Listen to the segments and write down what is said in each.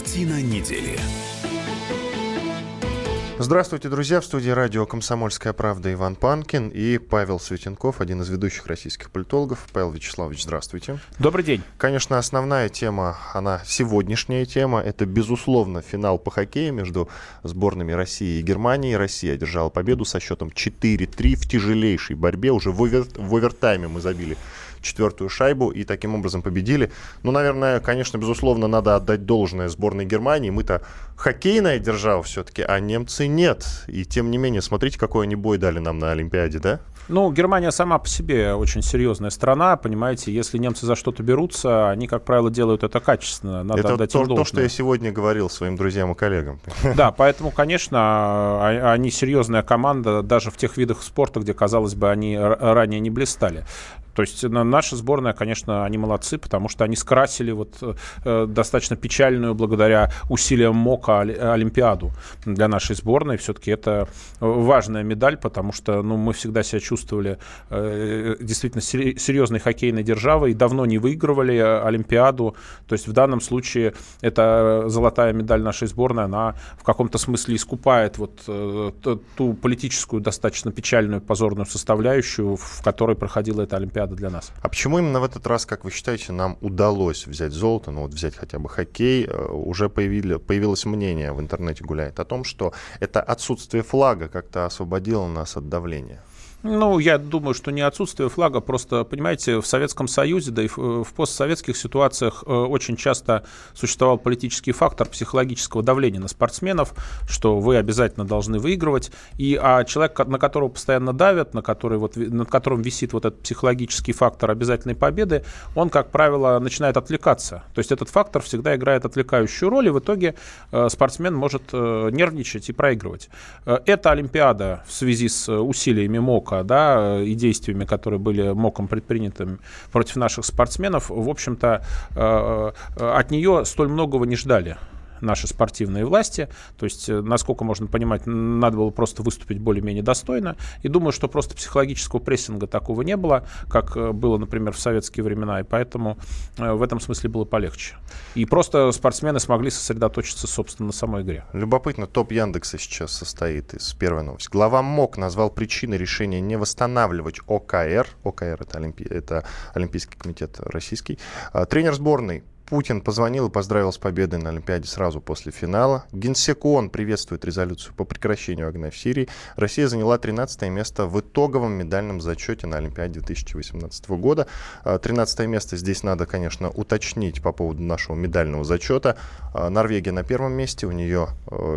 Картина недели. Здравствуйте, друзья! В студии радио «Комсомольская правда» Иван Панкин и Павел Светенков, один из ведущих российских политологов. Павел Вячеславович, здравствуйте. Добрый день. Конечно, основная тема, она сегодняшняя тема, это, безусловно, финал по хоккею между сборными России и Германии. Россия одержала победу со счетом 4-3 в тяжелейшей борьбе. Уже в овертайме мы забили четвертую шайбу и таким образом победили. Ну, наверное, конечно, безусловно, надо отдать должное сборной Германии. Мы-то хоккейная держава все-таки, а немцы нет. И тем не менее, смотрите, какой они бой дали нам на Олимпиаде, да? Ну, Германия сама по себе очень серьезная страна, понимаете. Если немцы за что-то берутся, они, как правило, делают это качественно. Надо это отдать им должное. То, что я сегодня говорил своим друзьям и коллегам. Да, поэтому, конечно, они серьезная команда даже в тех видах спорта, где, казалось бы, они ранее не блистали. То есть наша сборная, конечно, они молодцы, потому что они скрасили достаточно печальную, благодаря усилиям МОКа, Олимпиаду для нашей сборной. Все-таки это важная медаль, потому что мы всегда себя чувствовали действительно серьезной хоккейной державой и давно не выигрывали Олимпиаду. То есть в данном случае эта золотая медаль нашей сборной, она в каком-то смысле искупает ту политическую, достаточно печальную, позорную составляющую, в которой проходила эта Олимпиада для нас. А почему именно в этот раз, как вы считаете, нам удалось взять золото, взять хотя бы хоккей? Уже появилось мнение, в интернете гуляет, о том, что это отсутствие флага как-то освободило нас от давления. Я думаю, что не отсутствие флага, просто, понимаете, в Советском Союзе, да и в постсоветских ситуациях очень часто существовал политический фактор психологического давления на спортсменов, что вы обязательно должны выигрывать, а человек, на которого постоянно давят, над которым висит этот психологический фактор обязательной победы, он, как правило, начинает отвлекаться. То есть этот фактор всегда играет отвлекающую роль, и в итоге спортсмен может нервничать и проигрывать. Эта Олимпиада в связи с усилиями МОКа, и действиями, которые были МОКом предпринятыми против наших спортсменов, в общем-то, от нее столь многого не ждали наши спортивные власти. То есть, насколько можно понимать, надо было просто выступить более-менее достойно. И думаю, что просто психологического прессинга такого не было, как было, например, в советские времена. И поэтому в этом смысле было полегче. И просто спортсмены смогли сосредоточиться, собственно, на самой игре. Любопытно, топ Яндекса сейчас состоит из первой новости. Глава МОК назвал причиной решения не восстанавливать ОКР. ОКР — это Олимпийский комитет российский. Тренер сборной Путин позвонил и поздравил с победой на Олимпиаде сразу после финала. Генсек ООН приветствует резолюцию по прекращению огня в Сирии. Россия заняла 13-е место в итоговом медальном зачете на Олимпиаде 2018 года. 13-е место здесь надо, конечно, уточнить по поводу нашего медального зачета. Норвегия на первом месте, у нее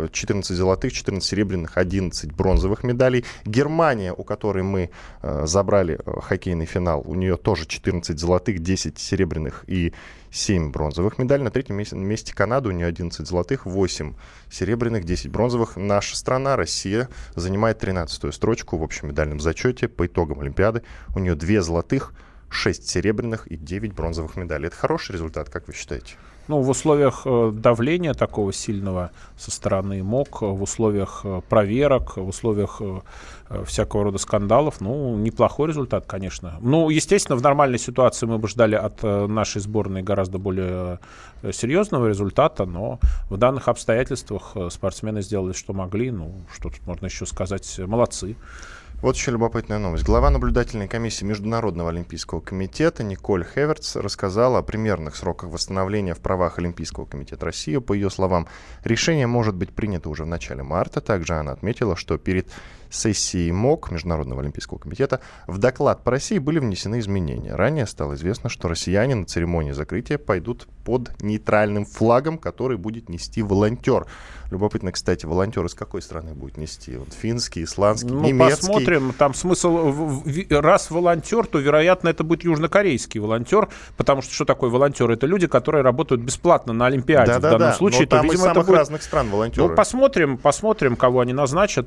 14 золотых, 14 серебряных, 11 бронзовых медалей. Германия, у которой мы забрали хоккейный финал, у нее тоже 14 золотых, 10 серебряных и 7 бронзовых медалей. На третьем месте Канада, у нее 11 золотых, 8 серебряных, 10 бронзовых. Наша страна, Россия, занимает 13-ю строчку в общем медальном зачете по итогам Олимпиады. У нее 2 золотых, 6 серебряных и 9 бронзовых медалей. Это хороший результат, как вы считаете? В условиях давления такого сильного со стороны МОК, в условиях проверок, в условиях всякого рода скандалов, неплохой результат, конечно. Естественно, в нормальной ситуации мы бы ждали от нашей сборной гораздо более серьезного результата, но в данных обстоятельствах спортсмены сделали, что могли. Что тут можно еще сказать? Молодцы. Вот еще любопытная новость. Глава наблюдательной комиссии Международного олимпийского комитета Николь Хевертс рассказала о примерных сроках восстановления в правах Олимпийского комитета России. По ее словам, решение может быть принято уже в начале марта. Также она отметила, что перед сессией МОК, Международного олимпийского комитета, в доклад по России были внесены изменения. Ранее стало известно, что россияне на церемонии закрытия пойдут под нейтральным флагом, который будет нести волонтер. Любопытно, кстати, волонтер из какой страны будет нести? Финский, исландский, немецкий? Посмотрим. Там смысл, раз волонтер, то, вероятно, это будет южнокорейский волонтер, потому что такое волонтер? Это люди, которые работают бесплатно на Олимпиаде в данном случае. Но там видимо, из самых разных стран волонтеры. Посмотрим, кого они назначат.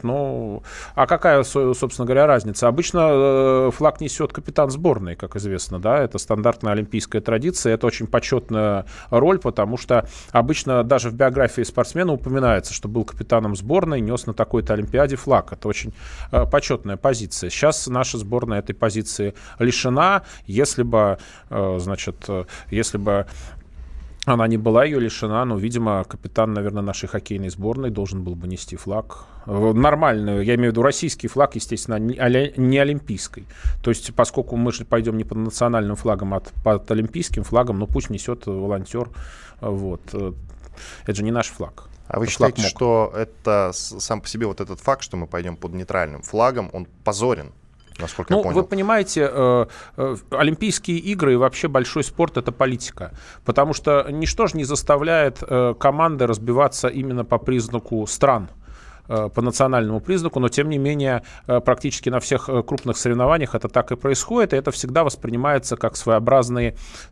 А какая, собственно говоря, разница? Обычно флаг несет капитан сборной, как известно, да, это стандартная олимпийская традиция, это очень почетная роль, потому что обычно даже в биографии спортсмена упоминается, что был капитаном сборной, нес на такой-то Олимпиаде флаг. Это очень почетная позиция. Сейчас наша сборная этой позиции лишена, если бы Она не была ее лишена, но, видимо, капитан, наверное, нашей хоккейной сборной должен был бы нести флаг. Нормальный, я имею в виду российский флаг, естественно, не олимпийский. То есть, поскольку мы же пойдем не под национальным флагом, а под олимпийским флагом, ну пусть несет волонтер. Вот. Это же не наш флаг. А вы считаете, что это сам по себе вот этот факт, что мы пойдем под нейтральным флагом, он позорен? Насколько я понял. Вы понимаете, Олимпийские игры и вообще большой спорт — это политика. Потому что ничто же не заставляет команды разбиваться именно по признаку стран, по национальному признаку, но тем не менее практически на всех крупных соревнованиях это так и происходит, и это всегда воспринимается как своеобразная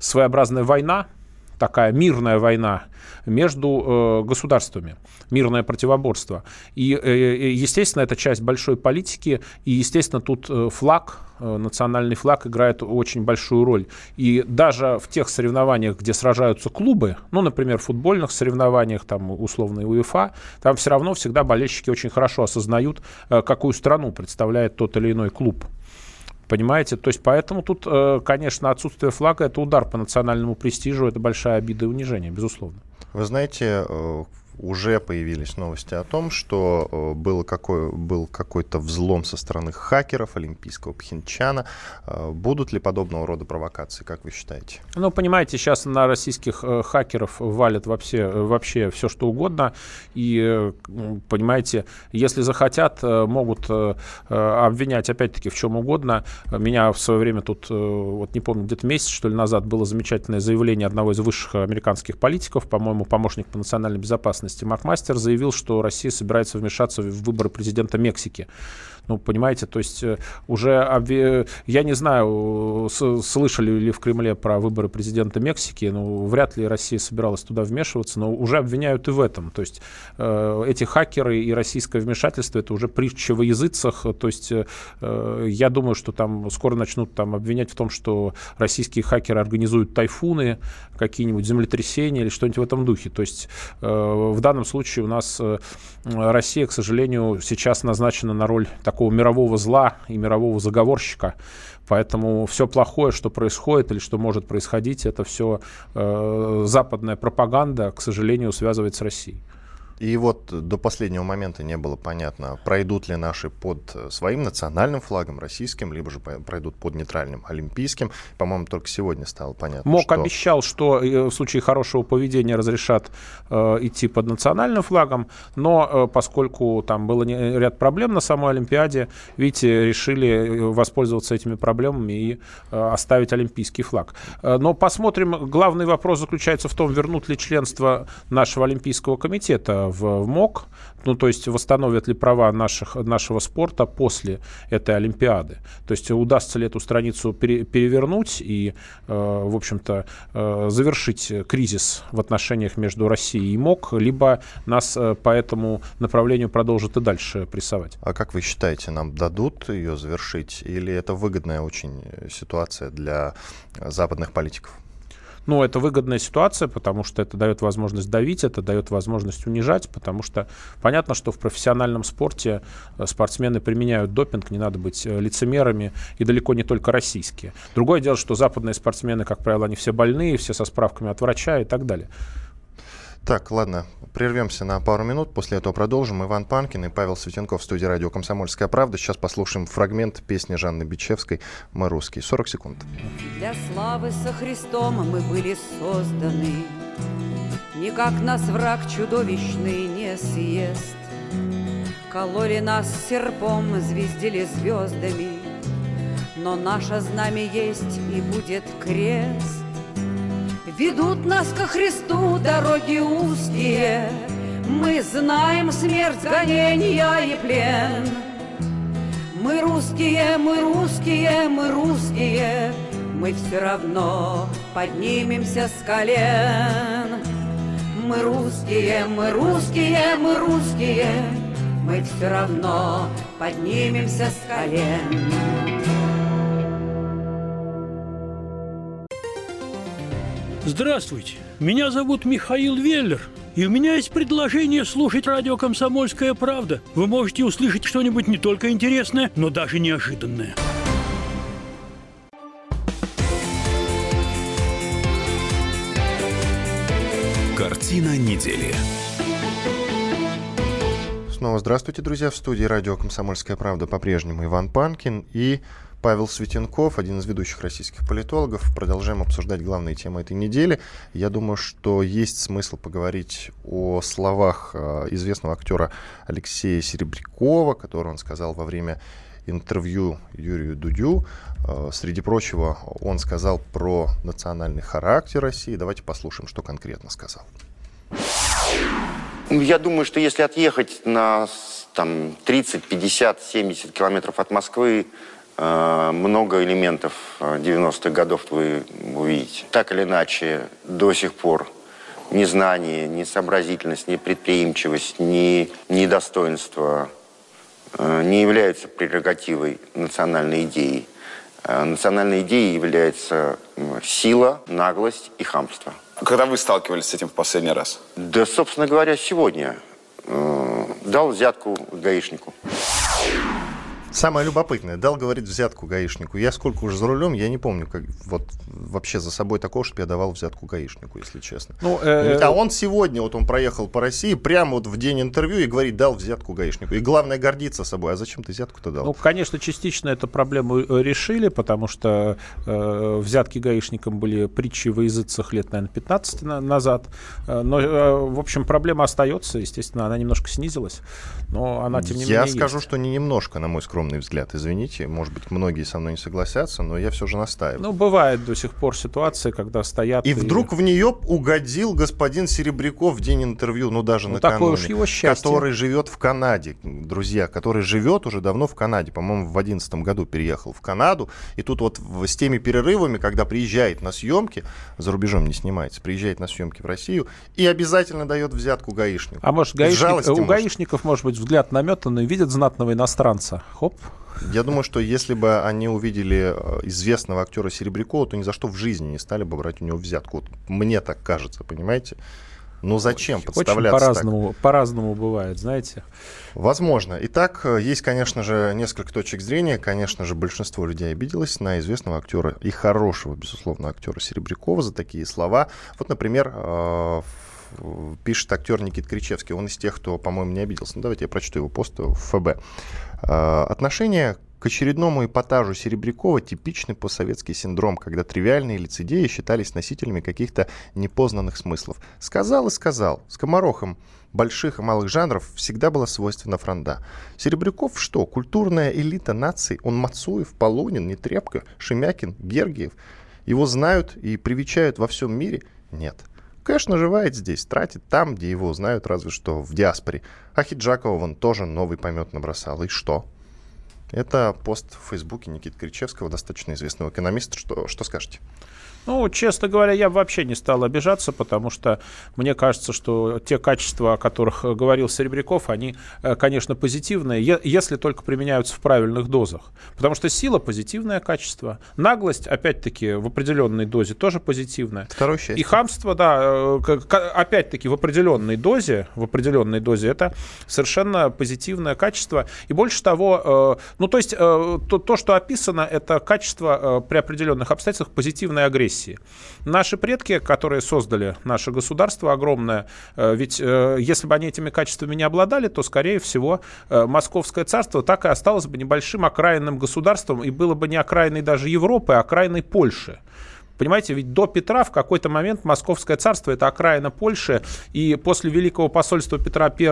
война, такая мирная война между государствами, мирное противоборство. И, естественно, это часть большой политики, и, естественно, тут флаг, национальный флаг играет очень большую роль. И даже в тех соревнованиях, где сражаются клубы, ну, например, в футбольных соревнованиях, там, условно, УЕФА, там все равно всегда болельщики очень хорошо осознают, какую страну представляет тот или иной клуб. Понимаете? То есть поэтому тут, конечно, отсутствие флага — это удар по национальному престижу, это большая обида и унижение, безусловно. Вы знаете, уже появились новости о том, что был какой-то взлом со стороны хакеров олимпийского Пхенчана. Будут ли подобного рода провокации, как вы считаете? Ну, понимаете, сейчас на российских хакеров валят вообще все, что угодно. И, понимаете, если захотят, могут обвинять, опять-таки, в чем угодно. Меня в свое время тут, вот не помню, где-то месяц, что ли, назад было замечательное заявление одного из высших американских политиков, по-моему, помощник по национальной безопасности Макмастер, заявил, что Россия собирается вмешаться в выборы президента Мексики. Ну, понимаете, то есть уже, я не знаю, слышали ли в Кремле про выборы президента Мексики, но вряд ли Россия собиралась туда вмешиваться, но уже обвиняют и в этом. То есть эти хакеры и российское вмешательство — это уже притча во языцах. То есть я думаю, что там скоро начнут там обвинять в том, что российские хакеры организуют тайфуны, какие-нибудь землетрясения или что-нибудь в этом духе. То есть в данном случае у нас Россия, к сожалению, сейчас назначена на роль такого мирового зла и мирового заговорщика. Поэтому все плохое, что происходит или что может происходить, это все западная пропаганда, к сожалению, связывает с Россией. И вот до последнего момента не было понятно, пройдут ли наши под своим национальным флагом, российским, либо же пройдут под нейтральным, олимпийским. По-моему, только сегодня стало понятно. МОК обещал, что в случае хорошего поведения разрешат идти под национальным флагом, но поскольку там был ряд проблем на самой Олимпиаде, видите, решили воспользоваться этими проблемами и оставить олимпийский флаг. Но посмотрим, главный вопрос заключается в том, вернут ли членство нашего Олимпийского комитета в МОК, ну, то есть восстановят ли права нашего спорта после этой Олимпиады. То есть удастся ли эту страницу перевернуть и, в общем-то, завершить кризис в отношениях между Россией и МОК, либо нас по этому направлению продолжат и дальше прессовать. А как вы считаете, нам дадут ее завершить, или это выгодная очень ситуация для западных политиков? Ну, это выгодная ситуация, потому что это дает возможность давить, это дает возможность унижать, потому что понятно, что в профессиональном спорте спортсмены применяют допинг, не надо быть лицемерами, и далеко не только российские. Другое дело, что западные спортсмены, как правило, они все больные, все со справками от врача и так далее. Так, ладно, прервемся на пару минут, после этого продолжим. Иван Панкин и Павел Светенков в студии радио «Комсомольская правда». Сейчас послушаем фрагмент песни Жанны Бичевской «Мы русские». 40 секунд. Для славы со Христом мы были созданы, никак нас враг чудовищный не съест. Кололи нас серпом, звездили звездами, но наше знамя есть и будет крест. Ведут нас ко Христу дороги узкие, мы знаем смерть, гонения и плен. Мы русские, мы русские, мы русские, мы все равно поднимемся с колен. Мы русские, мы русские, мы русские, мы все равно поднимемся с колен. Здравствуйте, меня зовут Михаил Веллер, и у меня есть предложение слушать радио «Комсомольская правда». Вы можете услышать что-нибудь не только интересное, но даже неожиданное. Картина недели. Снова здравствуйте, друзья. В студии радио «Комсомольская правда» по-прежнему Иван Панкин и Павел Светенков, один из ведущих российских политологов. Продолжаем обсуждать главные темы этой недели. Я думаю, что есть смысл поговорить о словах известного актера Алексея Серебрякова, которые он сказал во время интервью Юрию Дудю. Среди прочего, он сказал про национальный характер России. Давайте послушаем, что конкретно сказал. Я думаю, что если отъехать на 30, 50, 70 километров от Москвы, много элементов 90-х годов вы увидите. Так или иначе, до сих пор ни знание, ни сообразительность, ни предприимчивость, ни достоинство не являются прерогативой национальной идеи. Национальной идеей является сила, наглость и хамство. Когда вы сталкивались с этим в последний раз? Да, собственно говоря, сегодня дал взятку гаишнику. Самое любопытное. Дал, говорит, взятку гаишнику. Я сколько уже за рулем, я не помню, как вот вообще за собой такого, чтобы я давал взятку гаишнику, если честно. А он сегодня, вот он проехал по России, прямо вот в день интервью и говорит, дал взятку гаишнику. И главное, гордиться собой. А зачем ты взятку-то дал? Ну, конечно, частично эту проблему решили, потому что взятки гаишникам были притчей во языцах лет, наверное, 15 назад. Но, в общем, проблема остается. Естественно, она немножко снизилась. Но она, тем не менее, я скажу, что не немножко, на мой скромный взгляд. Извините, может быть, многие со мной не согласятся, но я все же настаиваю. Ну, бывает до сих пор ситуации, когда стоят... И вдруг в нее угодил господин Серебряков в день интервью, ну, даже накануне. Такое уж его счастье. Который живет в Канаде, друзья, который живет уже давно в Канаде. По-моему, в 2011 году переехал в Канаду. И тут вот с теми перерывами, когда приезжает на съемки, за рубежом не снимается, приезжает на съемки в Россию и обязательно дает взятку гаишнику. А может, у гаишников, может быть, взгляд наметанный, видят знатного иностранца. Хоп. Я думаю, что если бы они увидели известного актера Серебрякова, то ни за что в жизни не стали бы брать у него взятку. Вот мне так кажется, понимаете? Ну зачем подставляться так? По-разному бывает, знаете. Возможно. Итак, есть, конечно же, несколько точек зрения. Конечно же, большинство людей обиделось на известного актера и хорошего, безусловно, актера Серебрякова за такие слова. Вот, например, пишет актер Никита Кричевский. Он из тех, кто, по-моему, не обиделся. Ну, давайте я прочту его пост в ФБ. Отношение к очередному эпатажу Серебрякова типичный постсоветский синдром, когда тривиальные лицедеи считались носителями каких-то непознанных смыслов. Сказал и сказал. Скоморохом больших и малых жанров всегда была свойственна фронда. Серебряков что? Культурная элита нации? Он Мацуев, Полунин, Нетребко, Шемякин, Гергиев. Его знают и привечают во всем мире? Нет. Кэш наживает здесь, тратит там, где его знают разве что в диаспоре. А Хиджакова вон тоже новый помет набросал. И что? Это пост в Фейсбуке Никиты Кричевского, достаточно известного экономиста. Что скажете? Ну, честно говоря, я вообще не стал обижаться, потому что мне кажется, что те качества, о которых говорил Серебряков, они, конечно, позитивные, если только применяются в правильных дозах. Потому что сила — позитивное качество. Наглость, опять-таки, в определенной дозе тоже позитивная. Второе счастье. И хамство, да, опять-таки, в определенной дозе это совершенно позитивное качество. И больше того, то, что описано, это качество при определенных обстоятельствах позитивной агрессии. Наши предки, которые создали наше государство огромное, ведь если бы они этими качествами не обладали, то, скорее всего, Московское царство так и осталось бы небольшим окраинным государством, и было бы не окраиной даже Европы, а окраиной Польши. Понимаете, ведь до Петра в какой-то момент Московское царство — это окраина Польши, и после Великого посольства Петра I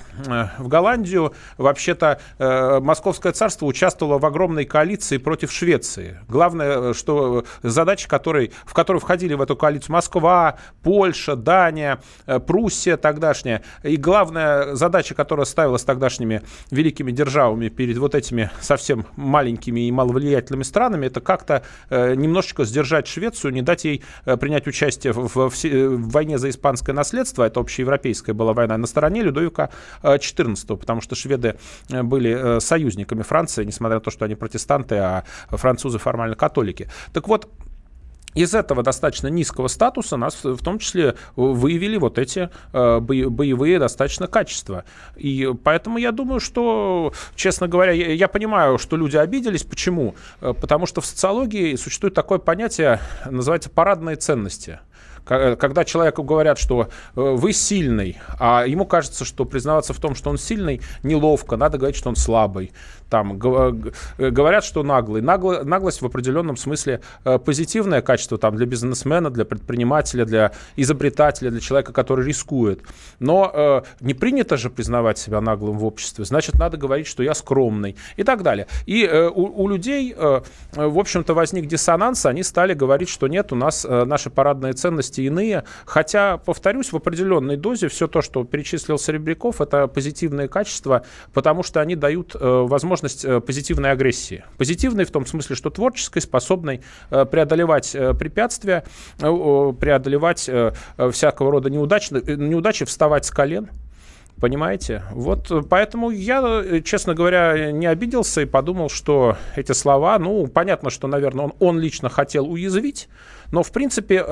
в Голландию, вообще-то, Московское царство участвовало в огромной коалиции против Швеции. Главное, что задачи, в которую входили в эту коалицию Москва, Польша, Дания, Пруссия тогдашняя, и главная задача, которая ставилась тогдашними великими державами перед вот этими совсем маленькими и маловлиятельными странами, это как-то немножечко сдержать Швецию, не дать ей принять участие в войне за испанское наследство. Это общеевропейская была война на стороне Людовика XIV, потому что шведы были союзниками Франции, несмотря на то, что они протестанты, а французы формально католики. Так вот, из этого достаточно низкого статуса нас в том числе выявили вот эти боевые достаточно качества. И поэтому я думаю, что, честно говоря, я понимаю, что люди обиделись. Почему? Потому что в социологии существует такое понятие, называется парадные ценности. Когда человеку говорят, что вы сильный, а ему кажется, что признаваться в том, что он сильный, неловко, надо говорить, что он слабый. Там говорят, что наглый. Наглость в определенном смысле позитивное качество там, для бизнесмена, для предпринимателя, для изобретателя, для человека, который рискует. Но не принято же признавать себя наглым в обществе. Значит, надо говорить, что я скромный и так далее. И у людей, в общем-то, возник диссонанс. Они стали говорить, что нет, у нас наши парадные ценности иные. Хотя, повторюсь, в определенной дозе все то, что перечислил Серебряков, это позитивные качества, потому что они дают возможность позитивной агрессии. Позитивной в том смысле, что творческой, способной преодолевать препятствия, преодолевать всякого рода неудачи, вставать с колен. Понимаете? Вот поэтому я, честно говоря, не обиделся и подумал, что эти слова, ну, понятно, что, наверное, он лично хотел уязвить, но, в принципе,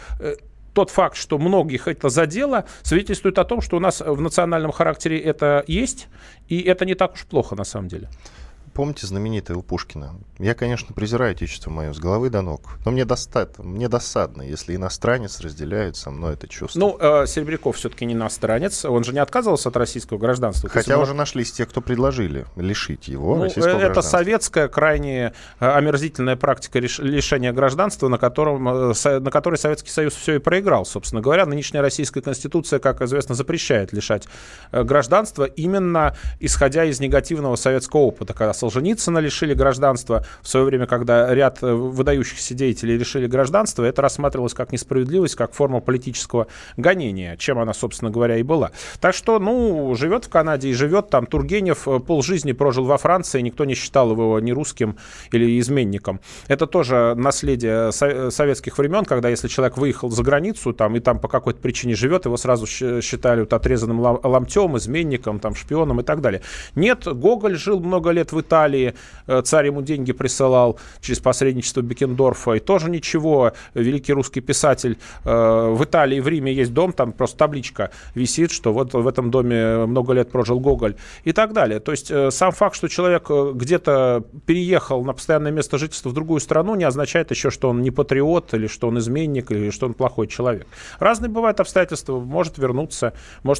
тот факт, что многих это задело, свидетельствует о том, что у нас в национальном характере это есть, и это не так уж плохо на самом деле. Помните знаменитое у Пушкина? Я, конечно, презираю отечество мое с головы до ног, но мне досадно, если иностранец разделяет со мной это чувство. Ну, Серебряков все-таки не иностранец, он же не отказывался от российского гражданства. Хотя уже нашлись те, кто предложили лишить его российского гражданства. Это советская, крайне омерзительная практика лишения гражданства, на которой Советский Союз все и проиграл, собственно говоря. Нынешняя российская конституция, как известно, запрещает лишать гражданства именно исходя из негативного советского опыта, когда Солженицына лишили гражданства в свое время, когда ряд выдающихся деятелей лишили гражданства, это рассматривалось как несправедливость, как форма политического гонения, чем она, собственно говоря, и была. Так что, живет в Канаде и живет там. Тургенев полжизни прожил во Франции, никто не считал его ни русским или изменником. Это тоже наследие советских времен, когда если человек выехал за границу там, и там по какой-то причине живет, его сразу считали отрезанным ломтем, изменником, там, шпионом и так далее. Нет, Гоголь жил много лет в Италии, царь ему деньги присылал через посредничество Беккендорфа, и тоже ничего. Великий русский писатель. В Италии, в Риме есть дом, там просто табличка висит, что вот в этом доме много лет прожил Гоголь и так далее. То есть сам факт, что человек где-то переехал на постоянное место жительства в другую страну, не означает еще, что он не патриот, или что он изменник, или что он плохой человек. Разные бывают обстоятельства. Может вернуться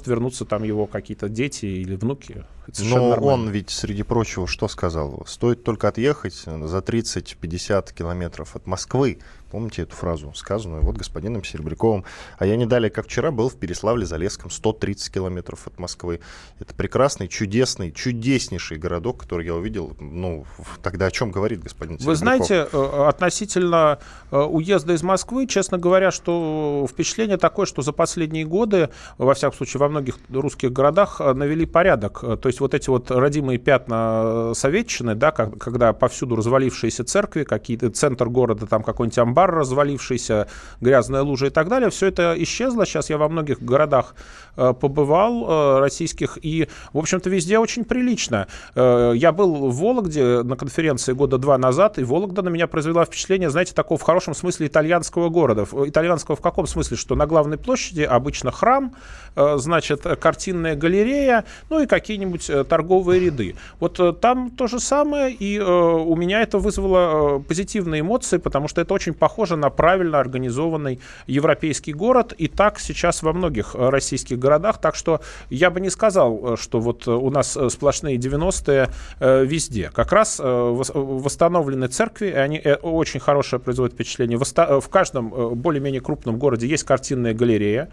там его какие-то дети или внуки. Но он ведь, среди прочего, что сказал? Стоит только отъехать за 30-50 километров от Москвы. Помните эту фразу, сказанную вот господином Серебряковым? А я не далее, как вчера, был в Переславле-Залесском, 130 километров от Москвы. Это прекрасный, чудесный, чудеснейший городок, который я увидел. Тогда о чем говорит господин Серебряков? Вы знаете, относительно уезда из Москвы, честно говоря, что впечатление такое, что за последние годы, во всяком случае, во многих русских городах навели порядок. То есть вот эти вот родимые пятна советчины, да, когда повсюду развалившиеся церкви, какие-то центр города, там какой-нибудь амбар развалившийся, грязная лужа и так далее, все это исчезло. Сейчас я во многих городах побывал, российских, и, в общем-то, везде очень прилично. Я был в Вологде на конференции года 2 назад, и Вологда на меня произвела впечатление, знаете, такого в хорошем смысле итальянского города. Итальянского в каком смысле? Что на главной площади обычно храм, значит, картинная галерея, и какие-нибудь торговые ряды. Вот там то же самое, и у меня это вызвало позитивные эмоции, потому что это очень похоже на правильно организованный европейский город, и так сейчас во многих российских городах, так что я бы не сказал, что вот у нас сплошные 90-е везде. Как раз восстановлены церкви, и они очень хорошее производят впечатление. В каждом более-менее крупном городе есть картинная галерея.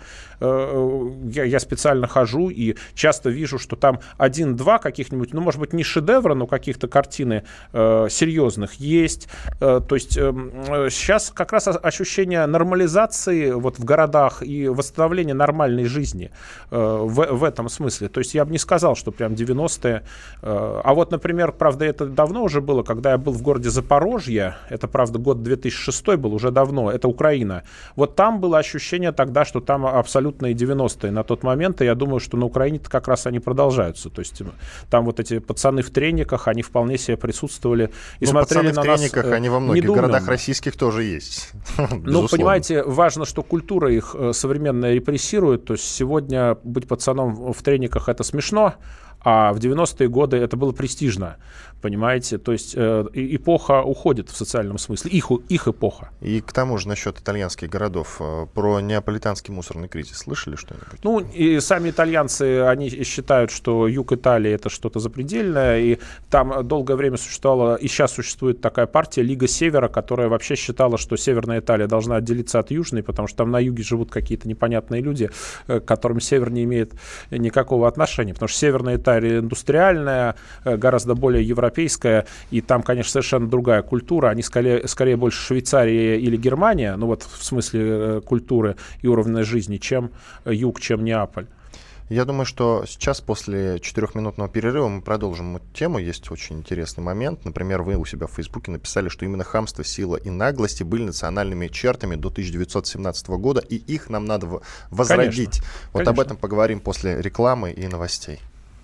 Я специально хожу и часто вижу, что там 1-2 каких-нибудь, может быть, не шедевра, но каких-то картины серьезных есть. То есть сейчас как раз ощущение нормализации вот в городах и восстановления нормальной жизни в этом смысле. То есть я бы не сказал, что прям 90-е. А вот, например, правда, это давно уже было, когда я был в городе Запорожье, это, правда, год 2006 был, уже давно, это Украина. Вот там было ощущение тогда, что там абсолютные 90-е на тот момент, и я думаю, что на Украине-то как раз они продолжаются. То есть там вот эти пацаны в трениках, они вполне себе присутствовали и смотрели на нас. Пацаны в трениках, они во многих городах российских тоже есть. Понимаете, важно, что культура их современная репрессирует. То есть сегодня быть пацаном в трениках — это смешно, а в 90-е годы это было престижно. Понимаете? То есть эпоха уходит в социальном смысле. Их эпоха. И к тому же насчет итальянских городов. Про неаполитанский муссорный кризис слышали что-нибудь? Ну, и сами итальянцы, они считают, что юг Италии — это что-то запредельное. И там долгое время существовала, и сейчас существует такая партия Лига Севера, которая вообще считала, что Северная Италия должна отделиться от Южной, потому что там на юге живут какие-то непонятные люди, к которым Север не имеет никакого отношения. Потому что Северная Италия индустриальная, гораздо более европейская, и там, конечно, совершенно другая культура. Они скорее больше Швейцария или Германия, ну вот в смысле культуры и уровня жизни, чем юг, чем Неаполь. Я думаю, что сейчас, после 4-минутного перерыва, мы продолжим эту тему. Есть очень интересный момент. Например, вы у себя в Фейсбуке написали, что именно хамство, сила и наглость были национальными чертами до 1917 года, и их нам надо возродить. Конечно. Вот Конечно. об этом поговорим после рекламы и новостей.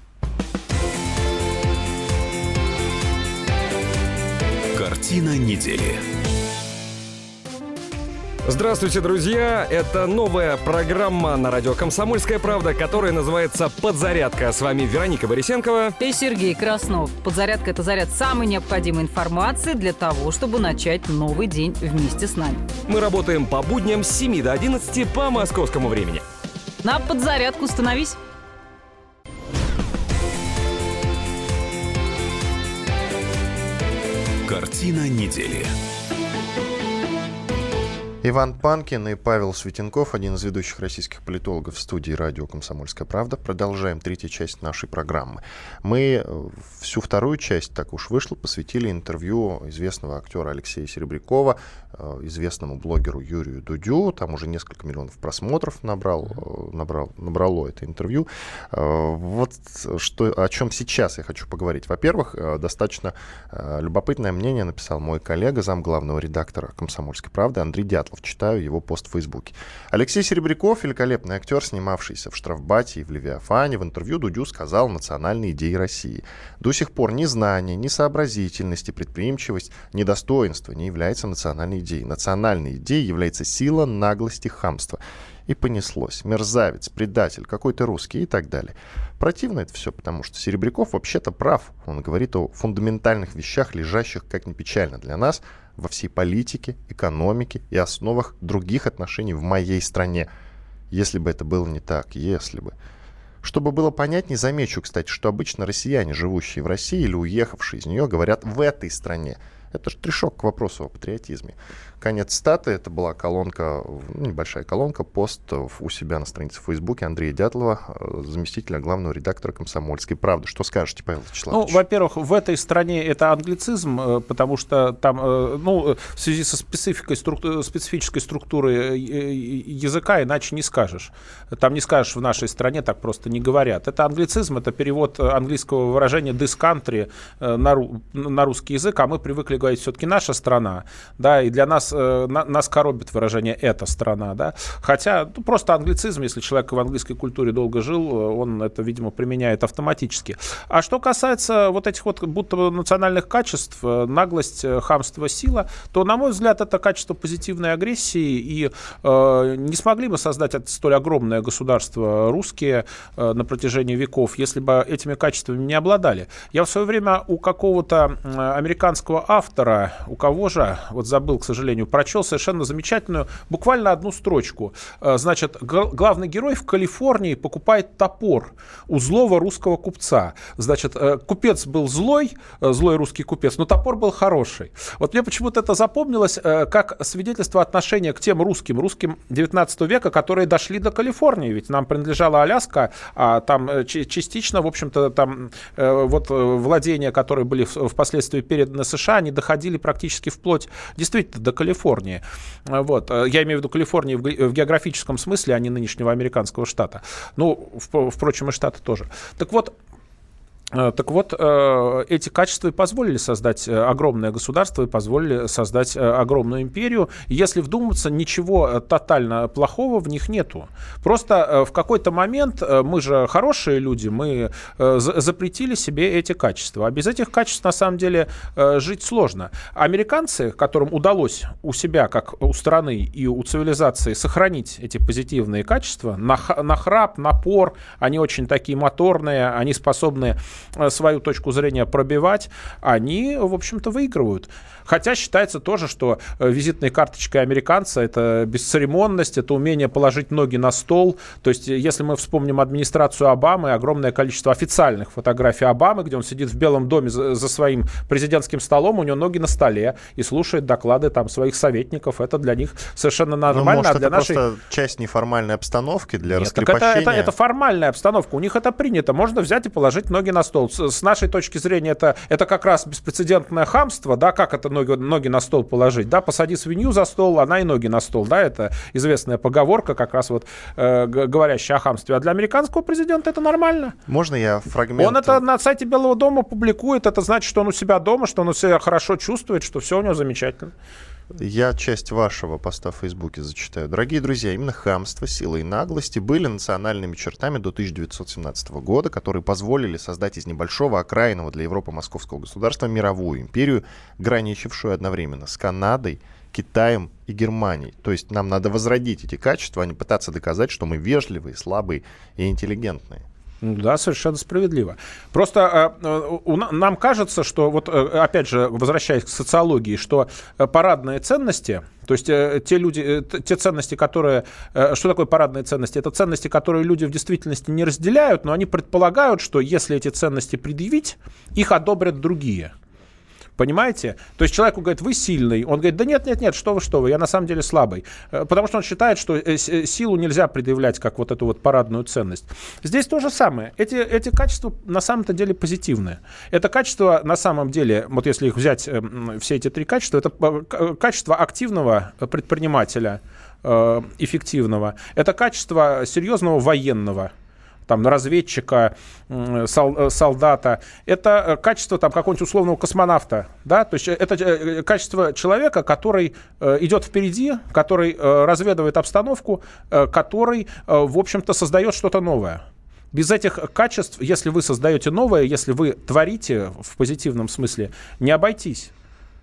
Картина недели. Здравствуйте, друзья! Это новая программа на радио «Комсомольская правда», которая называется «Подзарядка». С вами Вероника Борисенкова и Сергей Краснов. Подзарядка — это заряд самой необходимой информации для того, чтобы начать новый день вместе с нами. Мы работаем по будням с 7 до 11 по московскому времени. На подзарядку становись! Картина недели. Иван Панкин и Павел Светенков, один из ведущих российских политологов в студии радио «Комсомольская правда». Продолжаем третью часть нашей программы. Мы всю вторую часть, так уж вышло, посвятили интервью известного актера Алексея Серебрякова, известному блогеру Юрию Дудю. Там уже несколько миллионов просмотров набрало это интервью. Вот о чем сейчас я хочу поговорить. Во-первых, достаточно любопытное мнение написал мой коллега, замглавного редактора «Комсомольской правды» Андрей Дятлов. Читаю его пост в Фейсбуке. Алексей Серебряков, великолепный актер, снимавшийся в «Штрафбате» и в «Левиафане», в интервью Дудю сказал национальные идеи России. До сих пор ни знание, ни сообразительность и предприимчивость, ни достоинство не является национальной идеей. Национальной идеей является сила, наглость и хамство. И понеслось. Мерзавец, предатель, какой-то русский и так далее. Противно это все, потому что Серебряков вообще-то прав. Он говорит о фундаментальных вещах, лежащих, как ни печально для нас, во всей политике, экономике и основах других отношений в моей стране. Если бы это было не так, если бы. Чтобы было понятнее, замечу, кстати, что обычно россияне, живущие в России или уехавшие из нее, говорят «в этой стране». Это штришок к вопросу о патриотизме. Конец цитаты. Это была колонка, небольшая колонка, пост у себя на странице в Фейсбуке Андрея Дятлова, заместителя главного редактора «Комсомольской правды». Что скажете, Павел Вячеславович? Ну, во-первых, в этой стране это англицизм, потому что там, в связи со специфической структурой языка иначе не скажешь. Там не скажешь, в нашей стране так просто не говорят. Это англицизм, это перевод английского выражения «this country» на русский язык, а мы привыкли говорить все-таки «наша страна», да, и для нас коробит выражение «эта страна», да, хотя просто англицизм, если человек в английской культуре долго жил, он это, видимо, применяет автоматически. А что касается вот этих вот будто бы национальных качеств, наглость, хамство, сила, то, на мой взгляд, это качество позитивной агрессии, и не смогли бы создать столь огромное государство русские на протяжении веков, если бы этими качествами не обладали. Я в свое время у какого-то американского автора, у кого же, вот забыл, к сожалению, прочел совершенно замечательную, буквально одну строчку. Значит, главный герой в Калифорнии покупает топор у злого русского купца. Значит, купец был злой русский купец, но топор был хороший. Вот мне почему-то это запомнилось как свидетельство отношения к тем русским 19 века, которые дошли до Калифорнии. Ведь нам принадлежала Аляска, а там частично, в общем-то, там вот владения, которые были впоследствии переданы США, они доходили практически вплоть действительно до Калифорнии. Вот. Я имею в виду Калифорнию в географическом смысле, а не нынешнего американского штата. Ну, впрочем, и штата тоже. Так вот, Так вот, эти качества и позволили создать огромное государство, и позволили создать огромную империю. Если вдуматься, ничего тотально плохого в них нету. Просто в какой-то момент, мы же хорошие люди, мы запретили себе эти качества. А без этих качеств, на самом деле, жить сложно. Американцы, которым удалось у себя, как у страны и у цивилизации, сохранить эти позитивные качества, нахрап, напор, они очень такие моторные, они способны свою точку зрения пробивать, они, в общем-то, выигрывают. Хотя считается тоже, что визитной карточкой американца это бесцеремонность, это умение положить ноги на стол. То есть, если мы вспомним администрацию Обамы, огромное количество официальных фотографий Обамы, где он сидит в Белом доме за своим президентским столом, у него ноги на столе и слушает доклады там своих советников. Это для них совершенно нормально. Может, а для это нашей... просто часть неформальной обстановки для Нет, раскрепощения? Так это формальная обстановка. У них это принято. Можно взять и положить ноги на стол. С нашей точки зрения это как раз беспрецедентное хамство. Да, как это ноги на стол положить? Да, посади свинью за стол, она и ноги на стол. Да, это известная поговорка, как раз вот говорящая о хамстве. А для американского президента это нормально. Можно я фрагмент? Он это на сайте Белого дома публикует. Это значит, что он у себя дома, что он себя хорошо чувствует, что все у него замечательно. Я часть вашего поста в Фейсбуке зачитаю. Дорогие друзья, именно хамство, сила и наглости были национальными чертами до 1917 года, которые позволили создать из небольшого окраинного для Европы московского государства мировую империю, граничившую одновременно с Канадой, Китаем и Германией. То есть нам надо возродить эти качества, а не пытаться доказать, что мы вежливые, слабые и интеллигентные. Да, совершенно справедливо. Просто нам кажется, что, вот опять же, возвращаясь к социологии, что парадные ценности, то есть те ценности, которые... Что такое парадные ценности? Это ценности, которые люди в действительности не разделяют, но они предполагают, что если эти ценности предъявить, их одобрят другие. Понимаете? То есть человеку говорит, вы сильный. Он говорит, да нет, что вы, я на самом деле слабый. Потому что он считает, что силу нельзя предъявлять как вот эту вот парадную ценность. Здесь то же самое. Эти качества на самом-то деле позитивные. Это качество на самом деле, вот если их взять, все эти три качества, это качество активного предпринимателя, эффективного. Это качество серьезного военного, там, разведчика, солдата. Это качество там, какого-нибудь условного космонавта. Да? То есть это качество человека, который идет впереди, который разведывает обстановку, который, в общем-то, создает что-то новое. Без этих качеств, если вы создаете новое, если вы творите в позитивном смысле, не обойтись.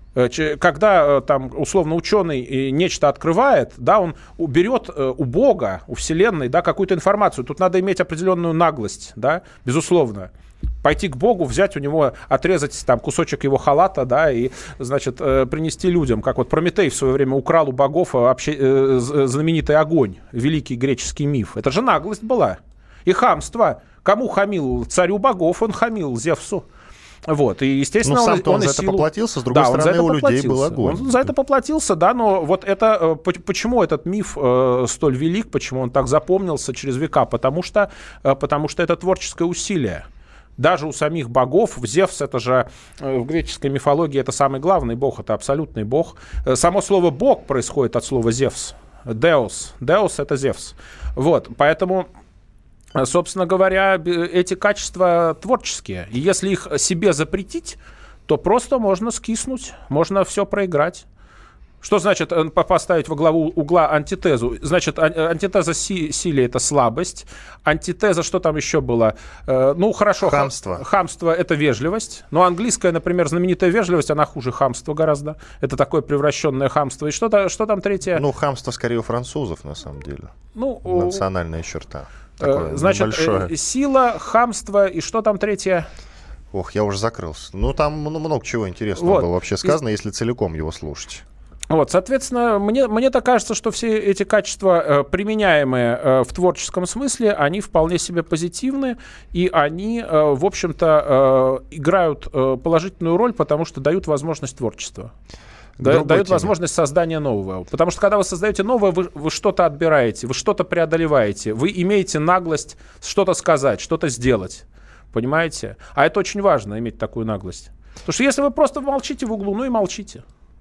Когда там условно ученый нечто открывает, да, он берет у Бога, у Вселенной, да, какую-то информацию. Тут надо иметь определенную наглость, да, безусловно. Пойти к Богу, взять у него, отрезать там кусочек его халата, да, и, значит, принести людям. Как вот Прометей в свое время украл у богов знаменитый огонь, великий греческий миф. Это же наглость была. И хамство. Кому хамил? Царю богов он хамил, Зевсу. Вот, и, естественно, он за это поплатился, с другой стороны, у людей был огонь. Он за это поплатился, да, но вот это, почему этот миф столь велик, почему он так запомнился через века? Потому что это творческое усилие. Даже у самих богов, Зевс, это же в греческой мифологии, это самый главный бог, это абсолютный бог. Само слово «бог» происходит от слова «зевс», «деус», «деус» — это Зевс. Вот, поэтому... Собственно говоря, эти качества творческие. И если их себе запретить, то просто можно скиснуть, можно все проиграть. Что значит поставить во главу угла антитезу? Значит, антитеза силе — это слабость. Антитеза, что там еще было? Ну, хорошо. Хамство. Хамство — это вежливость. Но английская, например, знаменитая вежливость, она хуже хамства гораздо. Это такое превращенное хамство. И что там третье? Ну, хамство скорее у французов, на самом деле. Ну, национальная черта. Такое значит, небольшое. Сила, хамство и что там третье? Ох, я уже закрылся. Ну, там много чего интересного было вообще сказано, если целиком его слушать. Вот, соответственно, мне так кажется, что все эти качества, применяемые в творческом смысле, они вполне себе позитивны, и они, в общем-то, играют положительную роль, потому что дают возможность творчества. Дают возможность создания нового. Потому что когда вы создаете новое, вы что-то отбираете, вы что-то преодолеваете, вы имеете наглость что-то сказать, что-то сделать. Понимаете? А это очень важно, иметь такую наглость. Потому что если вы просто молчите в углу, ну и молчите.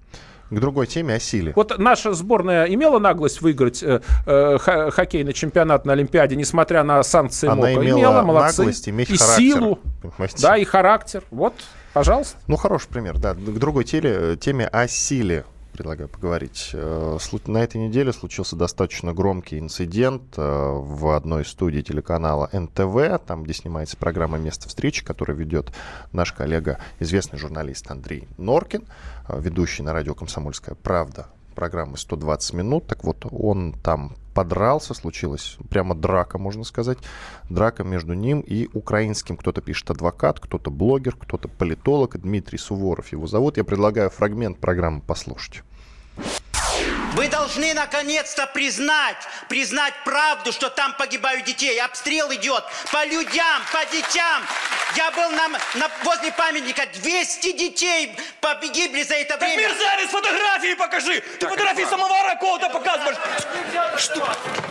К другой теме, о силе. Вот наша сборная имела наглость выиграть хоккейный чемпионат на Олимпиаде, несмотря на санкции МОКа? Имела молодцы. Наглость, иметь и характер, силу, понимаете? да, и характер. Вот, пожалуйста. Ну, хороший пример, да. К другой теме о силе предлагаю поговорить. На этой неделе случился достаточно громкий инцидент в одной из студий телеканала НТВ, там, где снимается программа «Место встречи», которую ведет наш коллега, известный журналист Андрей Норкин, ведущий на радио «Комсомольская правда» программы «120 минут». Так вот, он там подрался, случилась прямо драка, можно сказать. Драка между ним и украинским. Кто-то пишет адвокат, кто-то блогер, кто-то политолог. Дмитрий Суворов его зовут. Я предлагаю фрагмент программы послушать. Вы должны наконец-то признать правду, что там погибают детей. Обстрел идет по людям, по детям. Я был возле памятника. 200 детей погибли за это время. Так, мерзавец, фотографии покажи. Ты фотографии самовара какого-то показываешь. Что?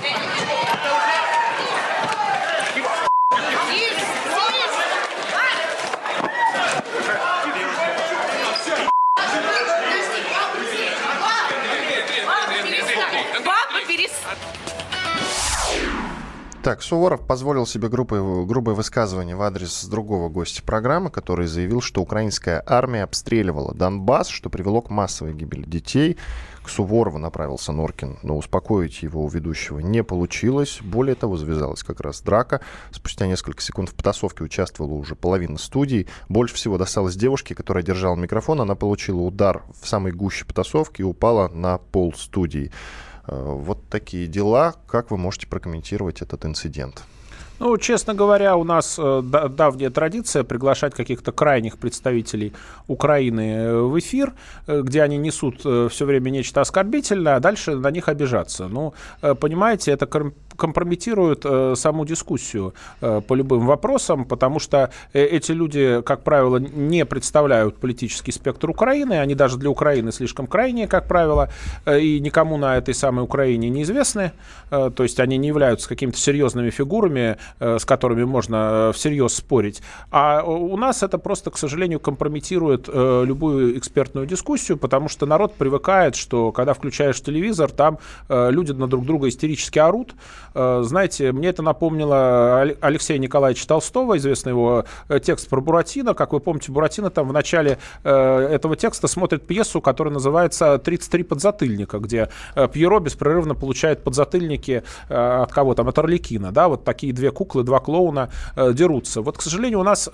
Так, Суворов позволил себе грубое высказывание в адрес другого гостя программы, который заявил, что украинская армия обстреливала Донбасс, что привело к массовой гибели детей. К Суворову направился Норкин, но успокоить его у ведущего не получилось. Более того, завязалась как раз драка. Спустя несколько секунд в потасовке участвовала уже половина студии. Больше всего досталось девушке, которая держала микрофон. Она получила удар в самой гуще потасовки и упала на пол студии. Вот такие дела. Как вы можете прокомментировать этот инцидент? Ну, честно говоря, у нас давняя традиция приглашать каких-то крайних представителей Украины в эфир, где они несут все время нечто оскорбительное, а дальше на них обижаться. Ну, понимаете, это компрометирует саму дискуссию по любым вопросам, потому что эти люди, как правило, не представляют политический спектр Украины, они даже для Украины слишком крайние, как правило, и никому на этой самой Украине неизвестны, то есть они не являются какими-то серьезными фигурами, с которыми можно всерьез спорить. А у нас это просто, к сожалению, компрометирует любую экспертную дискуссию, потому что народ привыкает, что когда включаешь телевизор, там люди на друг друга истерически орут. Знаете, мне это напомнило Алексея Николаевича Толстого, известный его текст про Буратино. Как вы помните, Буратино там в начале этого текста смотрит пьесу, которая называется «33 подзатыльника», где Пьеро беспрерывно получает подзатыльники от кого там, от Арлекина, да, вот такие две куклы, два клоуна дерутся. Вот, к сожалению, у нас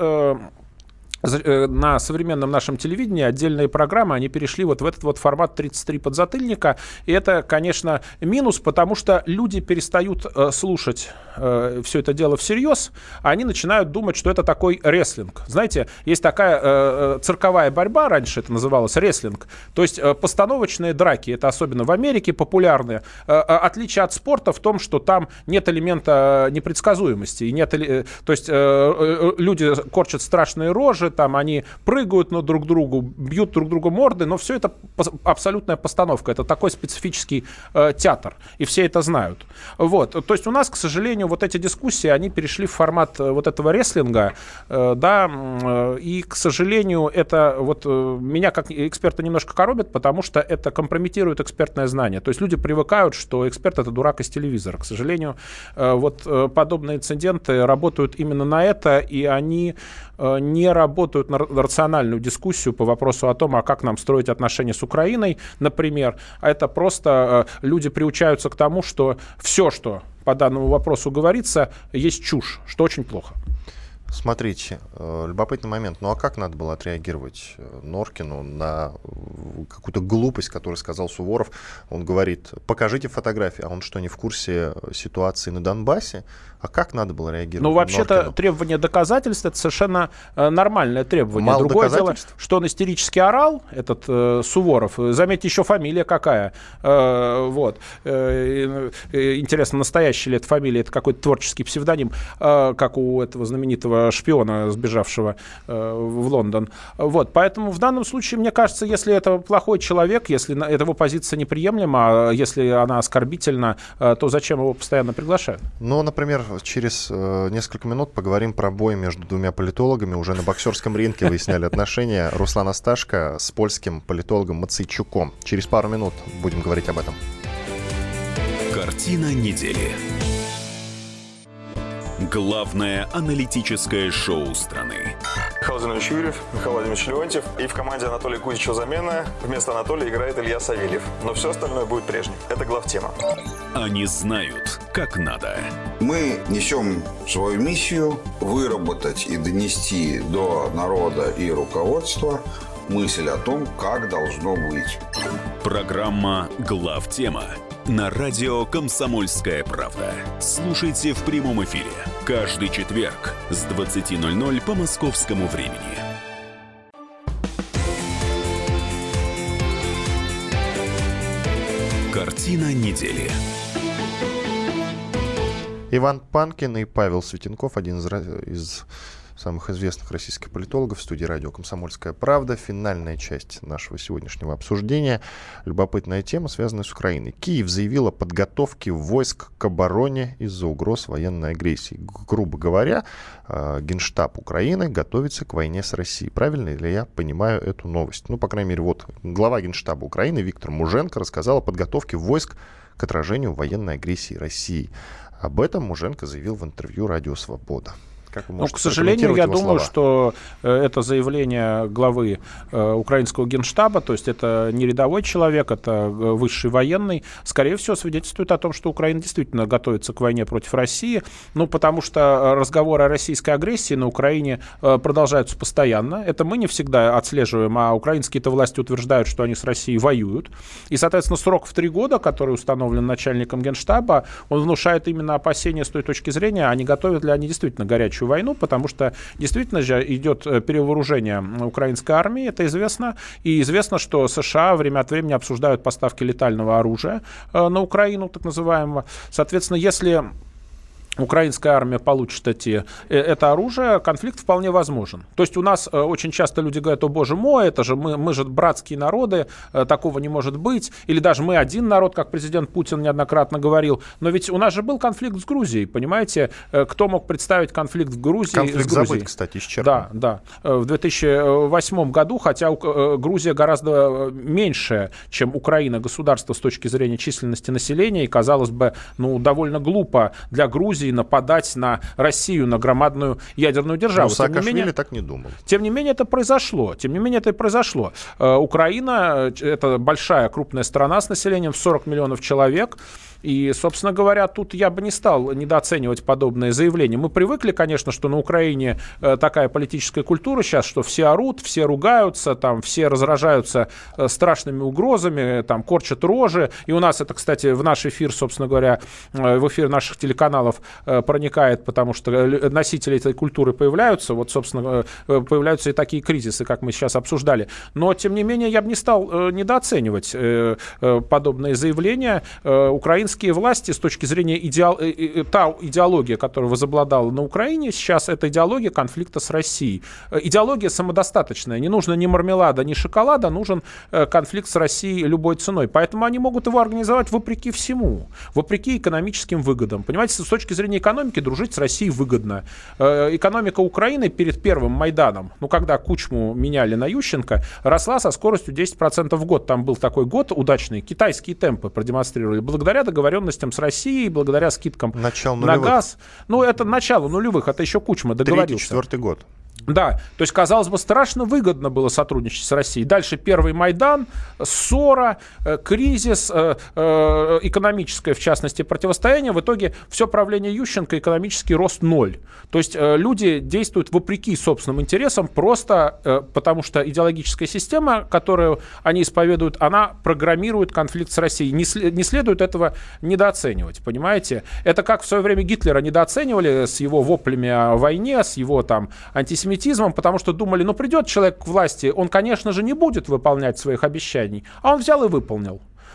на современном нашем телевидении отдельные программы, они перешли вот в этот вот формат 33 подзатыльника. И это, конечно, минус, потому что люди перестают слушать все это дело всерьез, а они начинают думать, что это такой рестлинг. Знаете, есть такая цирковая борьба, раньше это называлось рестлинг, то есть постановочные драки, это особенно в Америке популярные. Отличие от спорта в том, что там нет элемента непредсказуемости. И нет, то есть люди корчат страшные рожи, там они прыгают на друг другу, бьют друг друга морды, но все это абсолютная постановка. Это такой специфический театр, и все это знают. Вот. То есть у нас, к сожалению, вот эти дискуссии, они перешли в формат вот этого рестлинга, да, и, к сожалению, это вот меня как эксперта немножко коробит, потому что это компрометирует экспертное знание. То есть люди привыкают, что эксперт — это дурак из телевизора. К сожалению, вот подобные инциденты работают именно на это, и они не работают на рациональную дискуссию по вопросу о том, а как нам строить отношения с Украиной, например. А это просто люди приучаются к тому, что все, что по данному вопросу говорится, есть чушь, что очень плохо. Смотрите, любопытный момент. Ну а как надо было отреагировать Норкину на какую-то глупость, которую сказал Суворов? Он говорит, покажите фотографии. А он что, не в курсе ситуации на Донбассе? А как надо было реагировать? Ну, вообще-то Норкину? требование доказательств — это совершенно нормальное требование. Мало Другое дело, доказательств? что он истерически орал, этот Суворов. Заметьте, еще фамилия какая. Вот. Интересно, настоящая ли эта фамилия? Это какой-то творческий псевдоним, как у этого знаменитого шпиона, сбежавшего в Лондон. Вот, поэтому в данном случае, мне кажется, если это плохой человек, если эта его позиция неприемлема, если она оскорбительна, то зачем его постоянно приглашают? Ну, например, через несколько минут поговорим про бой между двумя политологами. Уже на боксерском ринге выясняли отношения Руслан Асташко с польским политологом Мацейчуком. Через пару минут будем говорить об этом. Картина недели. Главное аналитическое шоу страны. Михаил Владимирович Юрьев, Михаил Владимирович Леонтьев. И в команде Анатолия Кузичева замена. Вместо Анатолия играет Илья Савельев. Но все остальное будет прежним. Это главтема. Они знают, как надо. Мы несем свою миссию выработать и донести до народа и руководства мысль о том, как должно быть. Программа «Главтема» на радио «Комсомольская правда». Слушайте в прямом эфире каждый четверг с 20:00 по московскому времени. Картина недели. Иван Панкин и Павел Светенков, один из самых известных российских политологов, в студии радио «Комсомольская правда». Финальная часть нашего сегодняшнего обсуждения. Любопытная тема, связанная с Украиной. Киев заявил о подготовке войск к обороне из-за угроз военной агрессии. Грубо говоря, Генштаб Украины готовится к войне с Россией. Правильно ли я понимаю эту новость? Ну, по крайней мере, вот глава Генштаба Украины Виктор Муженко рассказал о подготовке войск к отражению военной агрессии России. Об этом Муженко заявил в интервью «Радио Свобода». Ну, к сожалению, я думаю, что это заявление главы украинского генштаба, то есть это не рядовой человек, это высший военный, скорее всего, свидетельствует о том, что Украина действительно готовится к войне против России, ну, потому что разговоры о российской агрессии на Украине продолжаются постоянно. Это мы не всегда отслеживаем, а украинские-то власти утверждают, что они с Россией воюют. И, соответственно, срок в 3 года, который установлен начальником генштаба, он внушает именно опасения с той точки зрения, а не готовят ли они действительно горячую войну, потому что действительно же идет перевооружение украинской армии, это известно, и известно, что США время от времени обсуждают поставки летального оружия на Украину, так называемого. Соответственно, если украинская армия получит это оружие, конфликт вполне возможен. То есть у нас очень часто люди говорят: о боже мой, это же мы же братские народы, такого не может быть. Или даже мы один народ, как президент Путин неоднократно говорил. Но ведь у нас же был конфликт с Грузией, понимаете? Кто мог представить конфликт в Грузии? Конфликт забыт, кстати, исчерпан. Да. В 2008 году, хотя Грузия гораздо меньшая, чем Украина, государство с точки зрения численности населения, и, казалось бы, довольно глупо для Грузии нападать на Россию, на громадную ядерную державу. Но Саакашвили так не думал. Тем не менее, это произошло. Украина — это большая, крупная страна с населением в 40 миллионов человек. И, собственно говоря, тут я бы не стал недооценивать подобные заявления. Мы привыкли, конечно, что на Украине такая политическая культура сейчас, что все орут, все ругаются, там, все разражаются страшными угрозами, там, корчат рожи. И у нас это, кстати, в наш эфир, собственно говоря, в эфир наших телеканалов проникает, потому что носители этой культуры появляются. Вот, собственно, появляются и такие кризисы, как мы сейчас обсуждали. Но, тем не менее, я бы не стал недооценивать подобные заявления. Украинские власти с точки зрения та идеология, которая возобладала на Украине, сейчас это идеология конфликта с Россией. Идеология самодостаточная. Не нужно ни мармелада, ни шоколада, нужен конфликт с Россией любой ценой. Поэтому они могут его организовать вопреки всему, вопреки экономическим выгодам. Понимаете, с точки зрения экономики дружить с Россией выгодно. Экономика Украины перед первым Майданом, когда Кучму меняли на Ющенко, росла со скоростью 10% в год. Там был такой год удачный, китайские темпы продемонстрировали. Благодаря договоренностям с Россией, благодаря скидкам на газ. Это начало нулевых, это еще Кучма договорился. 3-4 год. Да, то есть, казалось бы, страшно выгодно было сотрудничать с Россией. Дальше первый Майдан, ссора, кризис, экономическое, в частности, противостояние. В итоге все правление Ющенко, экономический рост 0. То есть люди действуют вопреки собственным интересам, просто потому что идеологическая система, которую они исповедуют, она программирует конфликт с Россией. Не следует этого недооценивать, понимаете? Это как в свое время Гитлера недооценивали с его воплями о войне, с его там антисемитизмом, потому что думали, придет человек к власти, он, конечно же, не будет выполнять своих обещаний. А он взял и выполнил.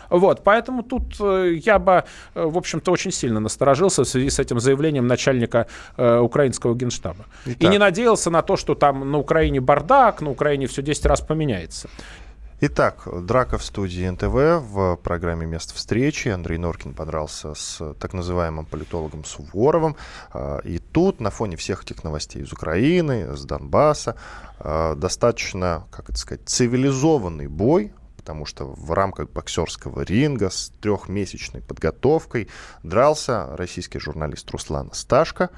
Вот, поэтому тут я бы, в общем-то, очень сильно насторожился в связи с этим заявлением начальника украинского генштаба. И не надеялся на то, что там на Украине бардак, на Украине все 10 раз поменяется. Итак, драка в студии НТВ в программе «Место встречи». Андрей Норкин подрался с так называемым политологом Суворовым. И тут, на фоне всех этих новостей из Украины, с Донбасса, достаточно, как это сказать, цивилизованный бой, потому что в рамках боксерского ринга с 3-месячной подготовкой дрался российский журналист Руслан Сташко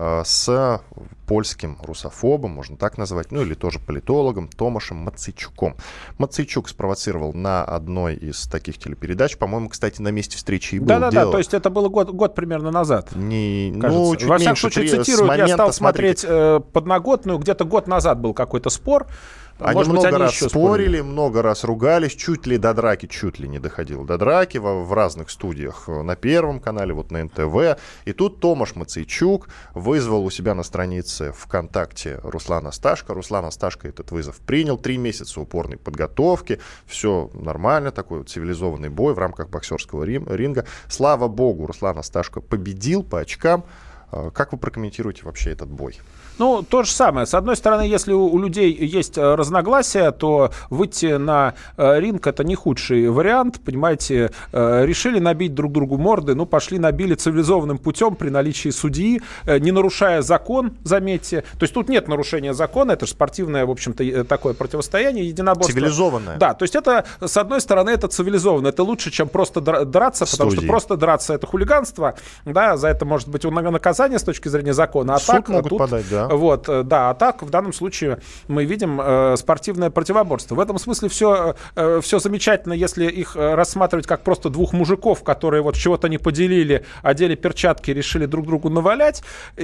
с польским русофобом, можно так назвать, ну или тоже политологом Томашем Мацейчуком. Мацейчук спровоцировал на одной из таких телепередач, по-моему, кстати, на месте встречи и был. Да-да-да, то есть это было год примерно назад. Ну, чуть во всяком меньше, случае, цитирую, я стал смотреть подноготную, где-то год назад был какой-то спор. Они много раз спорили, много раз ругались, чуть ли до драки, чуть ли не доходило до драки в разных студиях на Первом канале, вот на НТВ. И тут Томаш Мацейчук вызвал у себя на странице ВКонтакте Руслана Сташко. Руслан Сташко этот вызов принял. 3 месяца упорной подготовки. Все нормально, такой вот цивилизованный бой в рамках боксерского ринга. Слава богу, Руслан Сташко победил по очкам. Как вы прокомментируете вообще этот бой? Ну, то же самое. С одной стороны, если у людей есть разногласия, то выйти на ринг — это не худший вариант. Понимаете, решили набить друг другу морды, ну, пошли набили цивилизованным путем при наличии судьи, не нарушая закон, заметьте. То есть тут нет нарушения закона, это же спортивное, в общем-то, такое противостояние, единоборство. Цивилизованное. Да, то есть это, с одной стороны, это цивилизованно. Это лучше, чем просто драться, потому что просто драться — это хулиганство. Да, за это может быть наказание с точки зрения закона. А суд так, могут тут, подать, да. Вот, да, а так в данном случае мы видим спортивное противоборство. В этом смысле все замечательно, если их рассматривать как просто двух мужиков, которые вот чего-то не поделили, одели перчатки, решили друг другу навалять,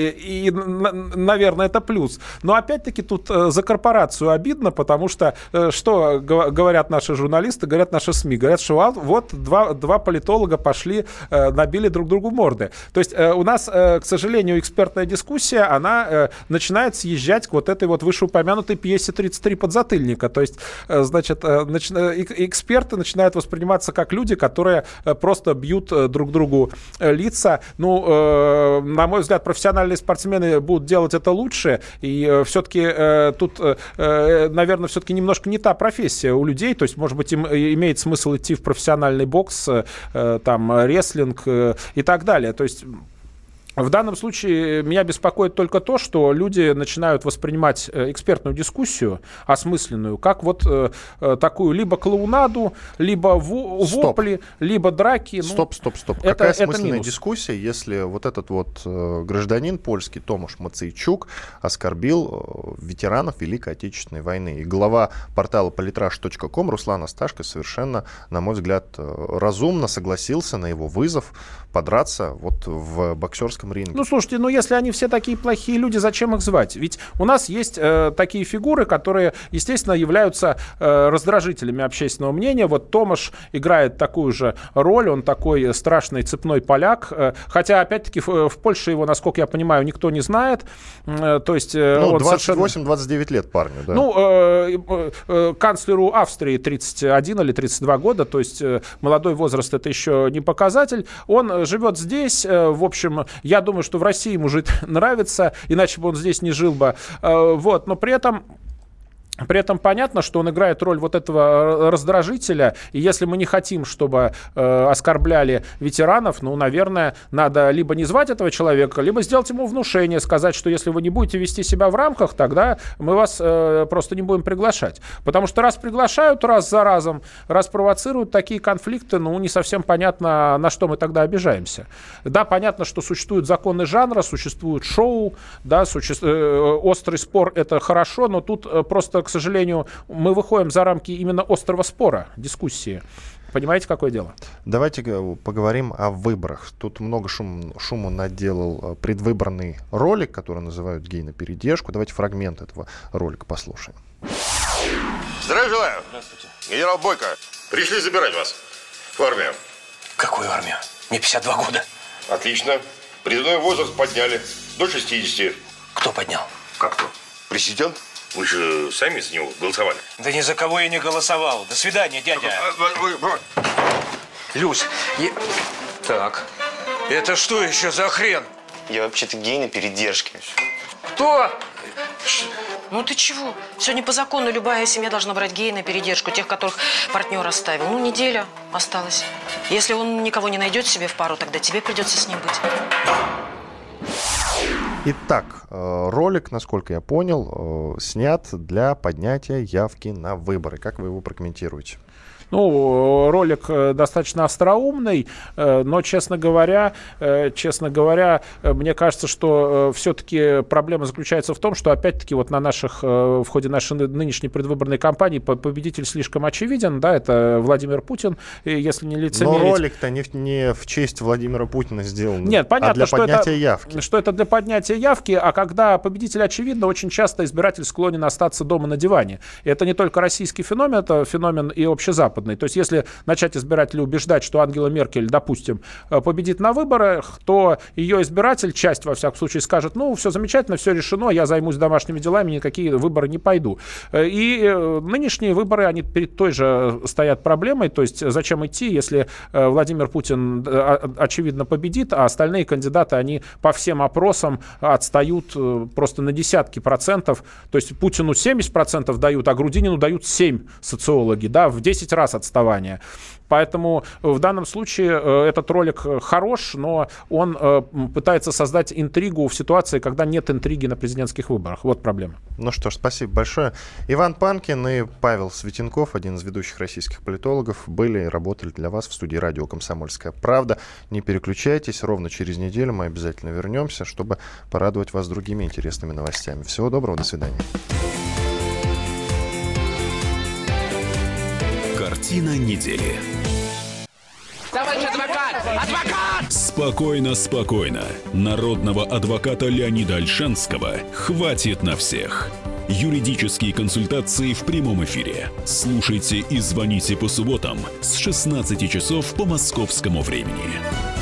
и наверное, это плюс. Но опять-таки тут за корпорацию обидно, потому что что говорят наши журналисты, говорят наши СМИ, говорят, что вот два политолога пошли, набили друг другу морды. То есть у нас, к сожалению, экспертная дискуссия, она начинает съезжать к вот этой вот вышеупомянутой пьесе «33 подзатыльника». То есть, значит, эксперты начинают восприниматься как люди, которые просто бьют друг другу лица. Ну, на мой взгляд, профессиональные спортсмены будут делать это лучше. И все-таки тут, наверное, все-таки немножко не та профессия у людей. То есть, может быть, им имеет смысл идти в профессиональный бокс, там, рестлинг и так далее. То есть в данном случае меня беспокоит только то, что люди начинают воспринимать экспертную дискуссию, осмысленную, как вот такую либо клоунаду, либо вопли, либо драки. Стоп. Какая осмысленная дискуссия, если вот этот вот гражданин польский Томаш Мацейчук оскорбил ветеранов Великой Отечественной войны? И глава портала politrash.com Руслан Сташко совершенно, на мой взгляд, разумно согласился на его вызов подраться вот в боксерском ринге. Ну, слушайте, если они все такие плохие люди, зачем их звать? Ведь у нас есть такие фигуры, которые, естественно, являются раздражителями общественного мнения. Вот Томаш играет такую же роль, он такой страшный цепной поляк. Хотя, опять-таки, в Польше его, насколько я понимаю, никто не знает. То есть, 28-29 лет парню, да. Ну, канцлеру Австрии 31 или 32 года, то есть молодой возраст — это еще не показатель. Он живет здесь, в общем, я думаю, что в России ему жить нравится, иначе бы он здесь не жил бы. Вот, но при этом понятно, что он играет роль вот этого раздражителя, и если мы не хотим, чтобы оскорбляли ветеранов, ну, наверное, надо либо не звать этого человека, либо сделать ему внушение, сказать, что если вы не будете вести себя в рамках, тогда мы вас просто не будем приглашать. Потому что раз приглашают раз за разом, раз провоцируют такие конфликты, ну, не совсем понятно, на что мы тогда обижаемся. Да, понятно, что существуют законы жанра, существуют шоу, да, острый спор — это хорошо, но тут просто, к сожалению, мы выходим за рамки именно острого спора, дискуссии. Понимаете, какое дело? Давайте поговорим о выборах. Тут много шуму наделал предвыборный ролик, который называют «Гей на передержку». Давайте фрагмент этого ролика послушаем. Здравия желаю. Здравствуйте. Генерал Бойко, пришли забирать вас в армию. Какую армию? Мне 52 года. Отлично. Призывной возраст подняли до 60. Кто поднял? Как кто? Президент? Вы же сами за него голосовали. Да ни за кого я не голосовал. До свидания, дядя. Люсь, так, это что еще за хрен? Я вообще-то гей на передержке. Кто? Ну ты чего? Сегодня по закону любая семья должна брать гея на передержку, тех, которых партнер оставил. Ну, неделя осталась. Если он никого не найдет себе в пару, тогда тебе придется с ним быть. Итак, ролик, насколько я понял, снят для поднятия явки на выборы. Как вы его прокомментируете? Ну, ролик достаточно остроумный, но, честно говоря, мне кажется, что все-таки проблема заключается в том, что, опять-таки, вот в ходе нашей нынешней предвыборной кампании победитель слишком очевиден, да, это Владимир Путин, если не лицемерить. Но ролик-то не в честь Владимира Путина сделан, нет, понятно, а для поднятия явки. Что это для поднятия явки, а когда победитель очевидно, очень часто избиратель склонен остаться дома на диване. И это не только российский феномен, это феномен и общезападный. То есть если начать избирателей убеждать, что Ангела Меркель, допустим, победит на выборах, то ее избиратель, часть, во всяком случае, скажет, ну, все замечательно, все решено, я займусь домашними делами, никакие выборы не пойду. И нынешние выборы, они перед той же стоят проблемой, то есть зачем идти, если Владимир Путин, очевидно, победит, а остальные кандидаты, они по всем опросам отстают просто на десятки процентов, то есть Путину 70% дают, а Грудинину дают 7% социологи, да, в 10 раз отставания. Поэтому в данном случае этот ролик хорош, но он пытается создать интригу в ситуации, когда нет интриги на президентских выборах. Вот проблема. Ну что ж, спасибо большое. Иван Панкин и Павел Светенков, один из ведущих российских политологов, были и работали для вас в студии радио «Комсомольская правда». Не переключайтесь, ровно через неделю мы обязательно вернемся, чтобы порадовать вас другими интересными новостями. Всего доброго, до свидания. Картина недели. Товарищ адвокат! Адвокат! Спокойно, спокойно. Народного адвоката Леонида Ольшанского хватит на всех. Юридические консультации в прямом эфире. Слушайте и звоните по субботам с 16 часов по московскому времени.